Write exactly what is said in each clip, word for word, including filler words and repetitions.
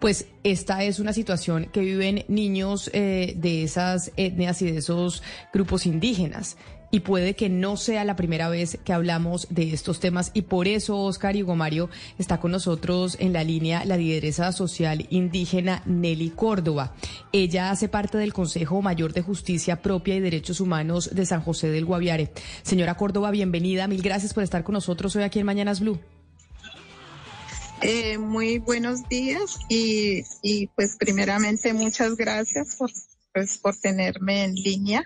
Pues esta es una situación que viven niños eh, de esas etnias y de esos grupos indígenas. Y puede que no sea la primera vez que hablamos de estos temas. Y por eso, Oscar Hugo Mario, está con nosotros en la línea la lideresa social indígena Nelly Córdoba. Ella hace parte del Consejo Mayor de Justicia Propia y Derechos Humanos de San José del Guaviare. Señora Córdoba, bienvenida. Mil gracias por estar con nosotros hoy aquí en Mañanas Blue. Eh, muy buenos días y, y pues primeramente muchas gracias por, pues, por tenerme en línea.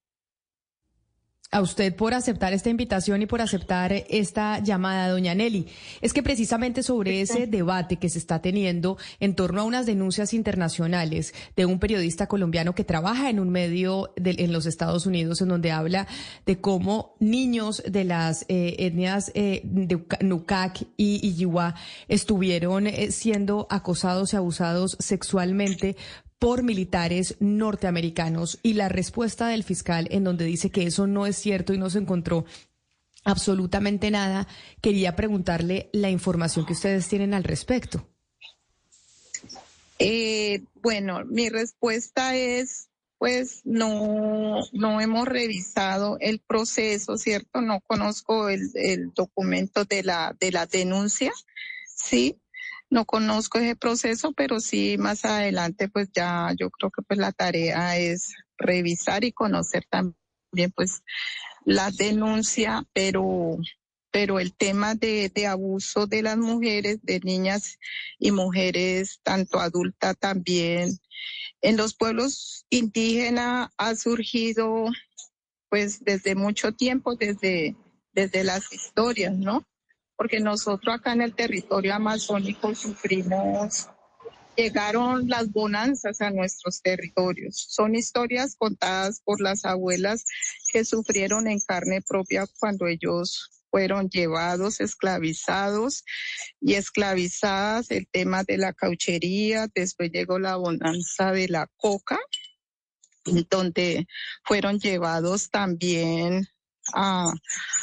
A usted por aceptar esta invitación y por aceptar esta llamada, doña Nelly. Es que precisamente sobre ese debate que se está teniendo en torno a unas denuncias internacionales de un periodista colombiano que trabaja en un medio de, en los Estados Unidos, en donde habla de cómo niños de las eh, etnias eh, de Nukak y, y Yiwa estuvieron eh, siendo acosados y abusados sexualmente por militares norteamericanos, y la respuesta del fiscal en donde dice que eso no es cierto y no se encontró absolutamente nada. Quería preguntarle la información que ustedes tienen al respecto. Eh, bueno, mi respuesta es, pues no, no hemos revisado el proceso, ¿cierto? No conozco el, el documento de la, de la denuncia, ¿sí? No conozco ese proceso, pero sí más adelante pues ya yo creo que pues la tarea es revisar y conocer también pues la denuncia, pero pero el tema de, de abuso de las mujeres, de niñas y mujeres, tanto adultas también, en los pueblos indígenas ha surgido pues desde mucho tiempo, desde, desde las historias, ¿no? Porque nosotros acá en el territorio amazónico sufrimos, llegaron las bonanzas a nuestros territorios. Son historias contadas por las abuelas que sufrieron en carne propia cuando ellos fueron llevados, esclavizados y esclavizadas, el tema de la cauchería, después llegó la bonanza de la coca, donde fueron llevados también a...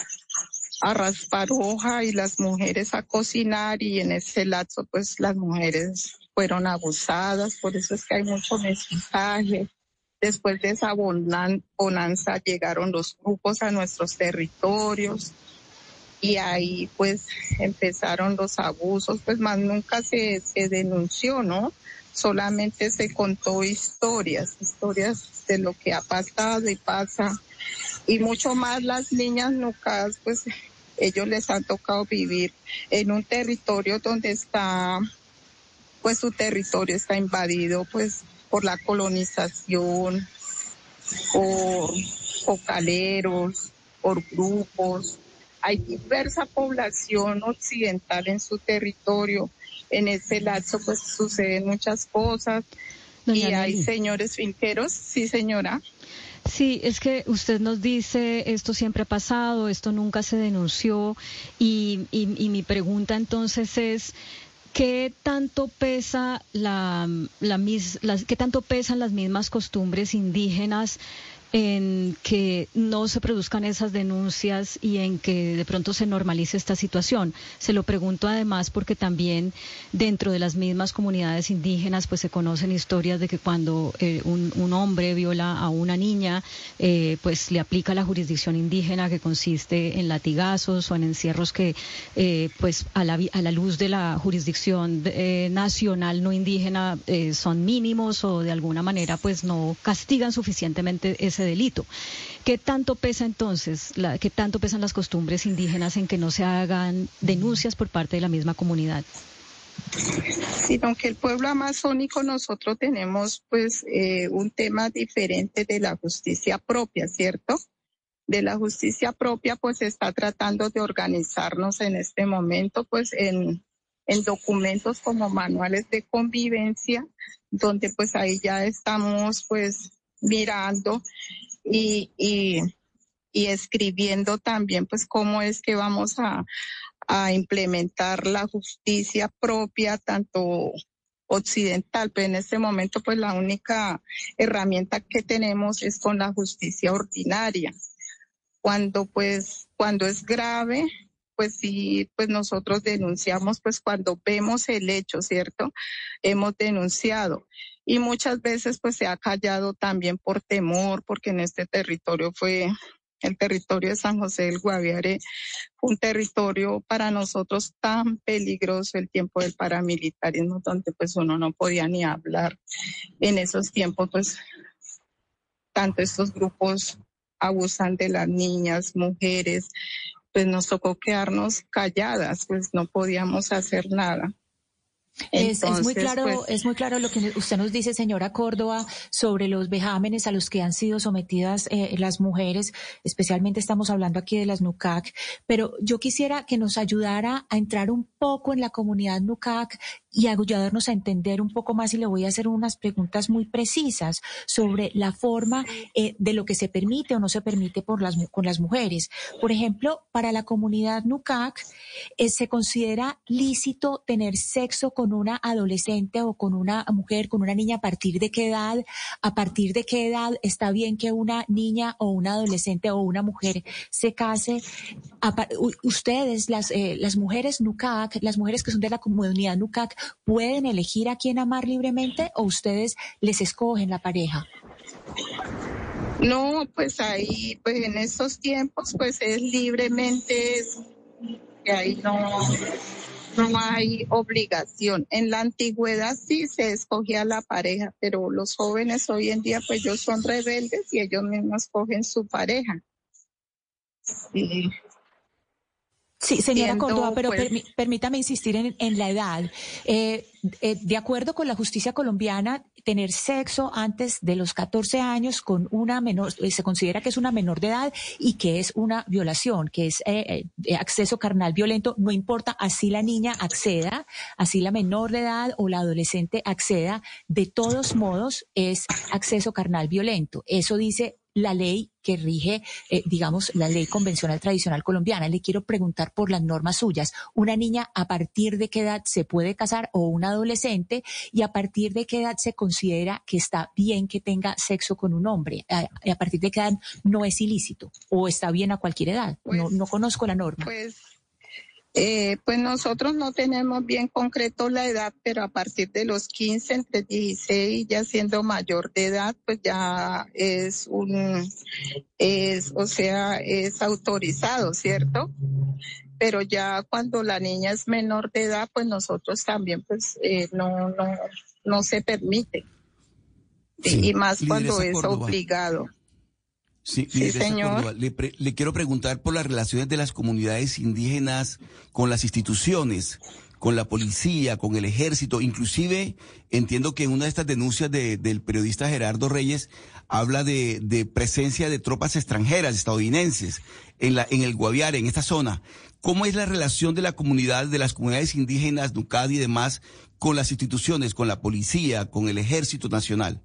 a raspar hoja y las mujeres a cocinar, y en ese lapso pues las mujeres fueron abusadas, por eso es que hay mucho mestizaje. Después de esa bonan- bonanza llegaron los grupos a nuestros territorios y ahí pues empezaron los abusos, pues más nunca se, se denunció, ¿no? Solamente se contó historias, historias de lo que ha pasado y pasa. Y mucho más las niñas nucas, pues ellos les han tocado vivir en un territorio donde está, pues su territorio está invadido pues por la colonización, por cocaleros, por grupos. Hay diversa población occidental en su territorio. En ese lapso pues suceden muchas cosas. Doña y hay Nelly. Señores finqueros, sí señora. Sí, es que usted nos dice esto siempre ha pasado, esto nunca se denunció, y, y, y mi pregunta entonces es, ¿qué tanto pesa la, la mis, las, qué tanto pesan las mismas costumbres indígenas en que no se produzcan esas denuncias y en que de pronto se normalice esta situación? Se lo pregunto además porque también dentro de las mismas comunidades indígenas pues se conocen historias de que cuando eh, un, un hombre viola a una niña eh, pues le aplica la jurisdicción indígena, que consiste en latigazos o en encierros que eh, pues a la, a la luz de la jurisdicción eh, nacional no indígena eh, son mínimos, o de alguna manera pues no castigan suficientemente ese delito. ¿Qué tanto pesa entonces, la, qué tanto pesan las costumbres indígenas en que no se hagan denuncias por parte de la misma comunidad? Sí, aunque el pueblo amazónico nosotros tenemos pues eh, un tema diferente de la justicia propia, ¿cierto? De la justicia propia pues se está tratando de organizarnos en este momento pues en, en documentos como manuales de convivencia, donde pues ahí ya estamos pues mirando y, y, y escribiendo también pues cómo es que vamos a, a implementar la justicia propia, tanto occidental, pero en este momento pues la única herramienta que tenemos es con la justicia ordinaria. Cuando pues, cuando es grave, pues sí, pues nosotros denunciamos, pues cuando vemos el hecho, ¿cierto? Hemos denunciado. Y muchas veces pues se ha callado también por temor, porque en este territorio fue, el territorio de San José del Guaviare, un territorio para nosotros tan peligroso, el tiempo del paramilitarismo, donde pues uno no podía ni hablar. En esos tiempos pues tanto estos grupos abusan de las niñas, mujeres, pues nos tocó quedarnos calladas, pues no podíamos hacer nada. Es, Entonces, es muy claro, pues, es muy claro lo que usted nos dice, señora Córdoba, sobre los vejámenes a los que han sido sometidas eh, las mujeres, especialmente estamos hablando aquí de las NUCAC, pero yo quisiera que nos ayudara a entrar un poco en la comunidad NUCAC y ayudarnos a entender un poco más, y le voy a hacer unas preguntas muy precisas sobre la forma eh, de lo que se permite o no se permite por las, con las mujeres. Por ejemplo, para la comunidad NUCAC eh, se considera lícito tener sexo con una adolescente o con una mujer, con una niña. ¿A partir de qué edad? ¿A partir de qué edad está bien que una niña o una adolescente o una mujer se case? Ustedes, las, eh, las mujeres NUCAC, las mujeres que son de la comunidad NUCAC, ¿pueden elegir a quién amar libremente o ustedes les escogen la pareja? No, pues ahí, pues en estos tiempos, pues es libremente, que ahí no, no hay obligación. En la antigüedad sí se escogía la pareja, pero los jóvenes hoy en día, pues ellos son rebeldes y ellos mismos escogen su pareja. Sí. Sí, señora Siendo, Córdoba, pero pues, permí, permítame insistir en, en la edad. Eh, eh, de acuerdo con la justicia colombiana, tener sexo antes de los catorce años con una menor, eh, se considera que es una menor de edad y que es una violación, que es eh, eh, acceso carnal violento, no importa, así la niña acceda, así la menor de edad o la adolescente acceda, de todos modos es acceso carnal violento. Eso dice la ley que rige, eh, digamos, la ley convencional tradicional colombiana. Le quiero preguntar por las normas suyas. ¿Una niña a partir de qué edad se puede casar o un adolescente? ¿Y a partir de qué edad se considera que está bien que tenga sexo con un hombre? ¿A, a partir de qué edad no es ilícito? ¿O está bien a cualquier edad? Pues, no, no conozco la norma. Pues, eh, pues nosotros no tenemos bien concreto la edad, pero a partir de los quince, entre dieciséis, ya siendo mayor de edad, pues ya es un, es, o sea, es autorizado, ¿cierto? Pero ya cuando la niña es menor de edad, pues nosotros también, pues eh, no, no, no se permite. Sí, y más cuando es Córdoba. obligado. Sí, sí señor. Córdoba, le, pre, le quiero preguntar por las relaciones de las comunidades indígenas con las instituciones, con la policía, con el ejército. Inclusive entiendo que en una de estas denuncias de, del periodista Gerardo Reyes habla de, de presencia de tropas extranjeras, estadounidenses, en, la, en el Guaviare, en esta zona. ¿Cómo es la relación de la comunidad, de las comunidades indígenas, NUCAD y demás, con las instituciones, con la policía, con el ejército nacional?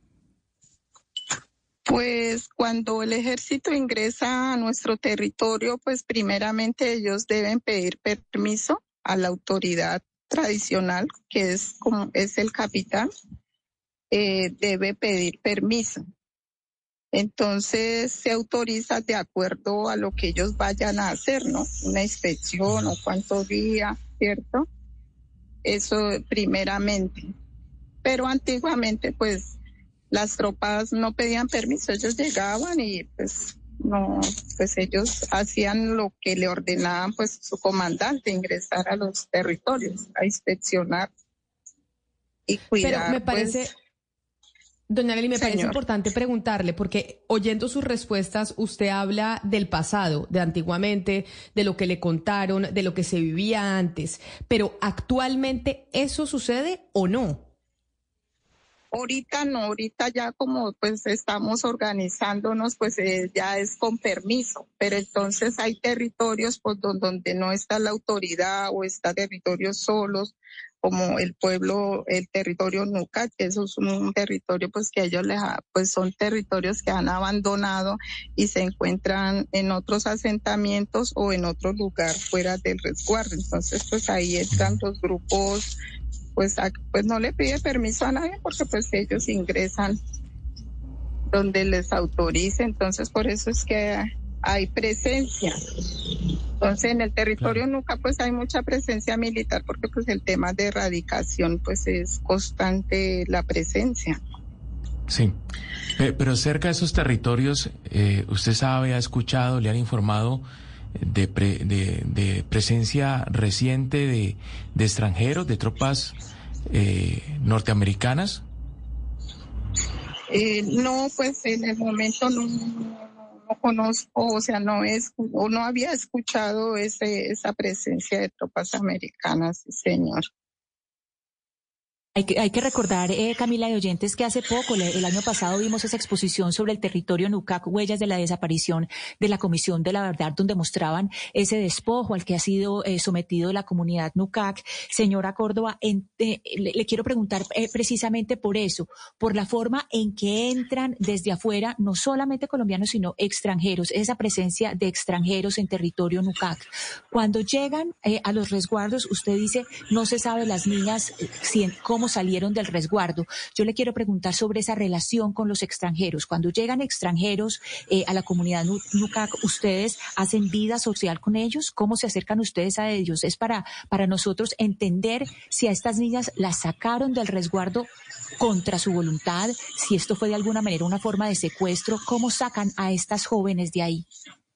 Pues cuando el ejército ingresa a nuestro territorio, pues primeramente ellos deben pedir permiso a la autoridad tradicional, que es como es el capitán, eh, debe pedir permiso. Entonces se autoriza de acuerdo a lo que ellos vayan a hacer, ¿no? Una inspección o cuántos días, ¿cierto? Eso primeramente. Pero antiguamente, pues, las tropas no pedían permiso, ellos llegaban y pues no, pues ellos hacían lo que le ordenaban pues su comandante, ingresar a los territorios, a inspeccionar y cuidar. Pero me parece, pues, doña Nelly, me señor. parece importante preguntarle, porque oyendo sus respuestas, usted habla del pasado, de antiguamente, de lo que le contaron, de lo que se vivía antes, pero ¿actualmente eso sucede o no? Ahorita no, ahorita ya como pues estamos organizándonos, pues eh, ya es con permiso, pero entonces hay territorios pues donde, donde no está la autoridad o está territorios solos, como el pueblo, el territorio NUCAC, eso es un territorio pues que ellos les ha, pues son territorios que han abandonado y se encuentran en otros asentamientos o en otro lugar fuera del resguardo. Entonces pues ahí están los grupos. Pues, a, pues no le pide permiso a nadie porque pues ellos ingresan donde les autorice, entonces por eso es que hay presencia. Entonces, en el territorio Claro. Nuca, pues hay mucha presencia militar porque pues el tema de erradicación, pues es constante la presencia. Sí, eh, pero cerca de esos territorios, eh, usted sabe, ha escuchado, le han informado de, pre, de, de presencia reciente de, de extranjeros, de tropas eh, norteamericanas. Eh, no, pues en el momento no, no, no conozco, o sea, no es, o no había escuchado ese, esa presencia de tropas americanas, sí, señor. Hay que, hay que recordar, eh, Camila, de oyentes, que hace poco, le, el año pasado, vimos esa exposición sobre el territorio Nucac, huellas de la desaparición de la Comisión de la Verdad, donde mostraban ese despojo al que ha sido eh, sometido la comunidad Nucac. Señora Córdoba, en, eh, le, le quiero preguntar eh, precisamente por eso, por la forma en que entran desde afuera, no solamente colombianos, sino extranjeros, esa presencia de extranjeros en territorio Nucac. Cuando llegan eh, a los resguardos, usted dice, no se sabe las niñas eh, si, cómo salieron del resguardo. Yo le quiero preguntar sobre esa relación con los extranjeros. Cuando llegan extranjeros eh, a la comunidad Nucac, ¿ustedes hacen vida social con ellos? ¿Cómo se acercan ustedes a ellos? Es para, para nosotros entender si a estas niñas las sacaron del resguardo contra su voluntad, si esto fue de alguna manera una forma de secuestro. ¿Cómo sacan a estas jóvenes de ahí?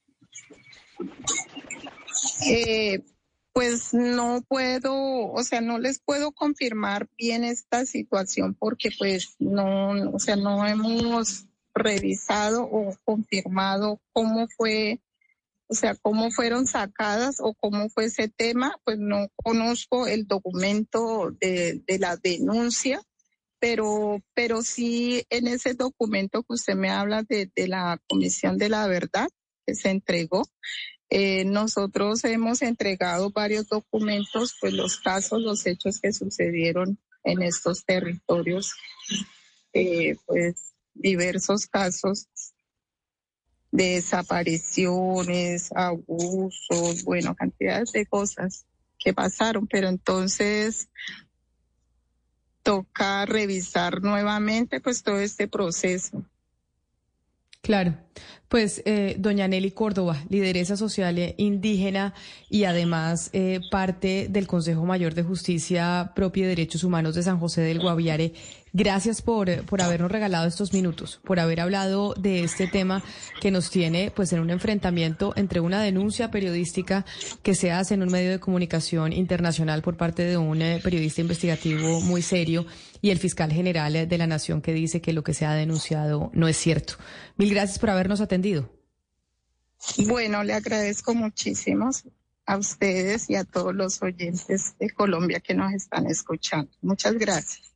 Eh, Pues no puedo, o sea, no les puedo confirmar bien esta situación porque pues no, o sea, no hemos revisado o confirmado cómo fue, o sea, cómo fueron sacadas o cómo fue ese tema, pues no conozco el documento de, de la denuncia, pero, pero sí en ese documento que usted me habla de, de la Comisión de la Verdad que se entregó, Eh, nosotros hemos entregado varios documentos, pues los casos, los hechos que sucedieron en estos territorios, eh, pues diversos casos de desapariciones, abusos, bueno, cantidades de cosas que pasaron, pero entonces toca revisar nuevamente pues todo este proceso. Claro, pues eh, doña Nelly Córdoba, lideresa social eh, indígena y además eh, parte del Consejo Mayor de Justicia Propia y Derechos Humanos de San José del Guaviare. Gracias por, por habernos regalado estos minutos, por haber hablado de este tema que nos tiene pues en un enfrentamiento entre una denuncia periodística que se hace en un medio de comunicación internacional por parte de un eh, periodista investigativo muy serio y el fiscal general de la Nación que dice que lo que se ha denunciado no es cierto. Mil gracias por habernos atendido. Bueno, le agradezco muchísimo a ustedes y a todos los oyentes de Colombia que nos están escuchando. Muchas gracias.